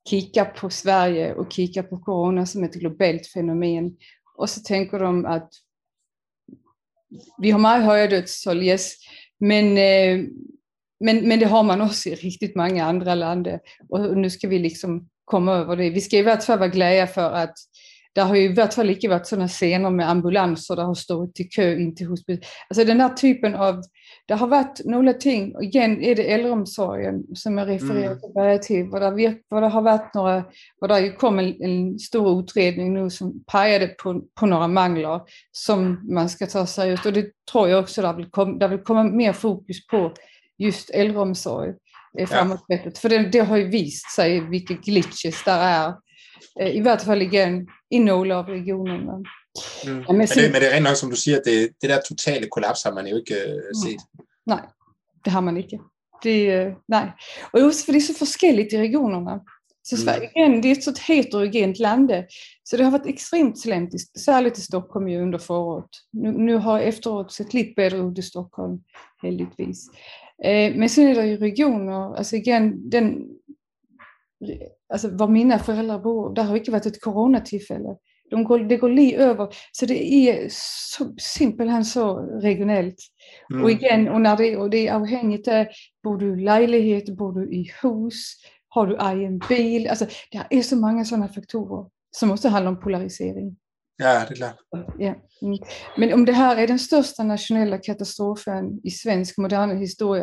kigger på Sverige och kigger på corona som ett globalt fenomen. Och så tänker de att vi har meget højere dødstal, yes, men, øh, men, men det har man også i riktigt mange andre lande, og nu skal vi liksom komme over det. Vi skal i hvert fald være glade for, at der har jo i hvert fald ikke været sådan scener med ambulanser, der har stået til kø ind til hospital. Altså den her typen af, der har været nogle ting, og igen er det ældreomsorgen, som jeg refererer mm. tilbage til, hvor der, virke, hvor der har været nogle, hvor der jo kom en, en stor udredning nu, som peger det på, på nogle mangler, som man skal tage seriøst, og det tror jeg også, der vil komme, der vil komme mere fokus på just ældreomsorg eh, fremadrettet, for det, det har jo vist sig, hvilke glitches der er, eh, i hvert fald igen, i nogle af regionerne. Mm. Ja, men, men, det, men det er rent nok, som du siger, det, det der totale kollaps har man jo ikke uh, set. Nej, det har man ikke. Det, uh, nej. Og også fordi det er så forskelligt i regionerne. Så Sverige, mm. igen, det er et så heterogent land, så det har været ekstremt slemt, særligt i Stockholm jo under foråret. Nu, nu har efteråret set lidt bedre ud i Stockholm, heldigvis. Uh, men så er der i regioner, altså igen, den, altså hvor mine forældre bor, der har jo ikke været et coronatilfælde. De går, det går lige over, så det er så simpelthen så regionalt. Mm. Og igen, og, når det, og det er afhængigt af, bor du i lejlighed, bor du i hus, har du egen bil, altså der er så mange sådan faktorer, som også handler om polarisering. Ja, det er klart. Ja. Men om det her er den største nationelle katastrofen i svensk moderne historie,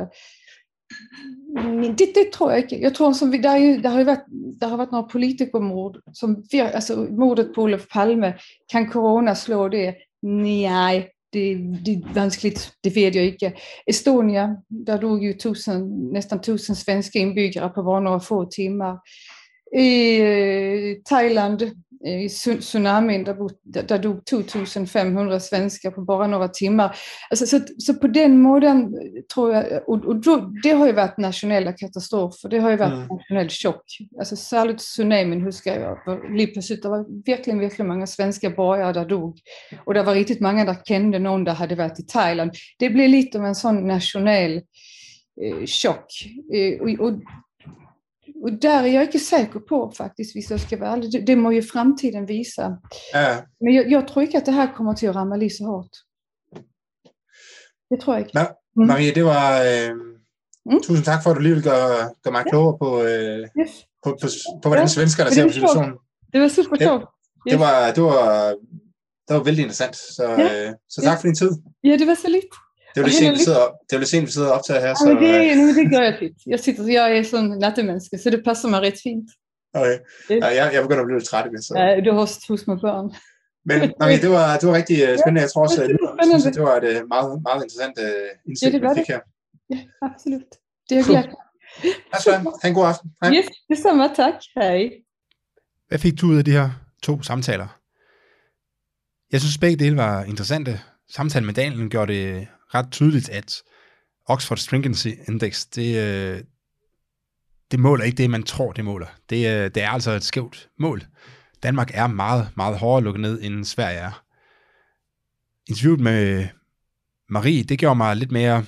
det, det tror jeg ikke. Jeg tror, som vi, der, er, der, har været, der har været nogle politikermord, som vir, altså mordet på Olof Palme, kan corona slå det? Nej, det, det er vanskeligt, det ved jeg ikke. Estonia, der dog jo tusind, næsten tusind svenske indbyggere på bare nogle få timer. I øh, Thailand, i tsunamien, der, der, der dog to tusind fem hundrede svensker på bare nogle timer. Altså, så, så på den måde, tror jeg, og, og det har jo været nationale katastrofer, det har jo været mm. nationalt chok. Altså særligt tsunamien, husker jeg, lige pludselig, der var virkelig, virkelig mange svenske borgere, der dog. Og der var rigtig mange, der kendte nogen, der havde været i Thailand. Det blev lidt om en sådan national øh, chok. Øh, og, og Og der er jeg ikke sikker på, faktisk, hvis jeg skal være ærlig. Det, det må jo fremtiden vise. Ja. Men jeg, jeg tror ikke, at det her kommer til at ramme lige så hårdt. Det tror jeg ikke. Nå, Marie, det var... Øh, mm. Tusind tak for, at du lige vil gøre, gøre mig klogere på, øh, yes. på, på, på, hvordan ja. svenskerne ser på situationen. Det var super sjovt. Det, det, var, det, var, det var vældig interessant. Så, ja. øh, så tak ja. for din tid. Ja, det var så lidt. Det var lidt sent, vi sidder op, det var lidt sent, vi sidder op til her. Så, ja, det, øh... det gør jeg tit. Jeg, sitter, jeg er sådan en nattemenneske, så det passer mig ret fint. Okay. Ja, jeg, jeg begynder at blive lidt træt igen. Så. Ja, du har også hus med børn. Men nej, det, var, det var rigtig spændende. Jeg tror også, at jeg synes, det var et meget, meget interessant uh, indsigt, ja, vi fik her. Ja, absolut. Det er glad. Tak skal du have. Ha' en god aften. Hej. Yes, det samme. Tak. Hej. Hvad fik du ud af de her to samtaler? Jeg synes, begge dele var interessante. Samtalen med Daniel gjorde det ret tydeligt, at Oxford Stringency Index, det, det måler ikke det, man tror, det måler. Det, det er altså et skævt mål. Danmark er meget, meget hårdere lukket ned, end Sverige er. Interviewet med Marie, det gjorde mig lidt mere,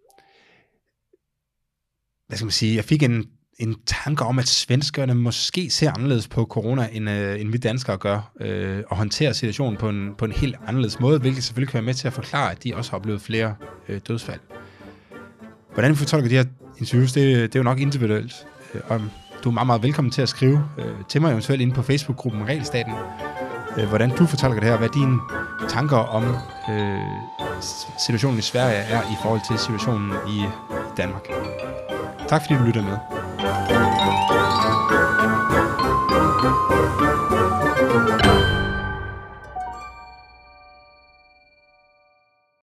hvad skal man sige, jeg fik en, en tanke om, at svenskerne måske ser anderledes på corona, end, øh, end vi danskere gør, øh, og håndterer situationen på en, på en helt anderledes måde, hvilket selvfølgelig kan være med til at forklare, at de også har oplevet flere øh, dødsfald. Hvordan vi fortolker de her interviews, det, det er jo nok individuelt. Øh, og du er meget, meget velkommen til at skrive øh, til mig eventuelt inde på Facebook-gruppen Regelstaten, øh, hvordan du fortolker det her, hvad dine tanker om øh, situationen i Sverige er i forhold til situationen i Danmark. Tak fordi du lytter med.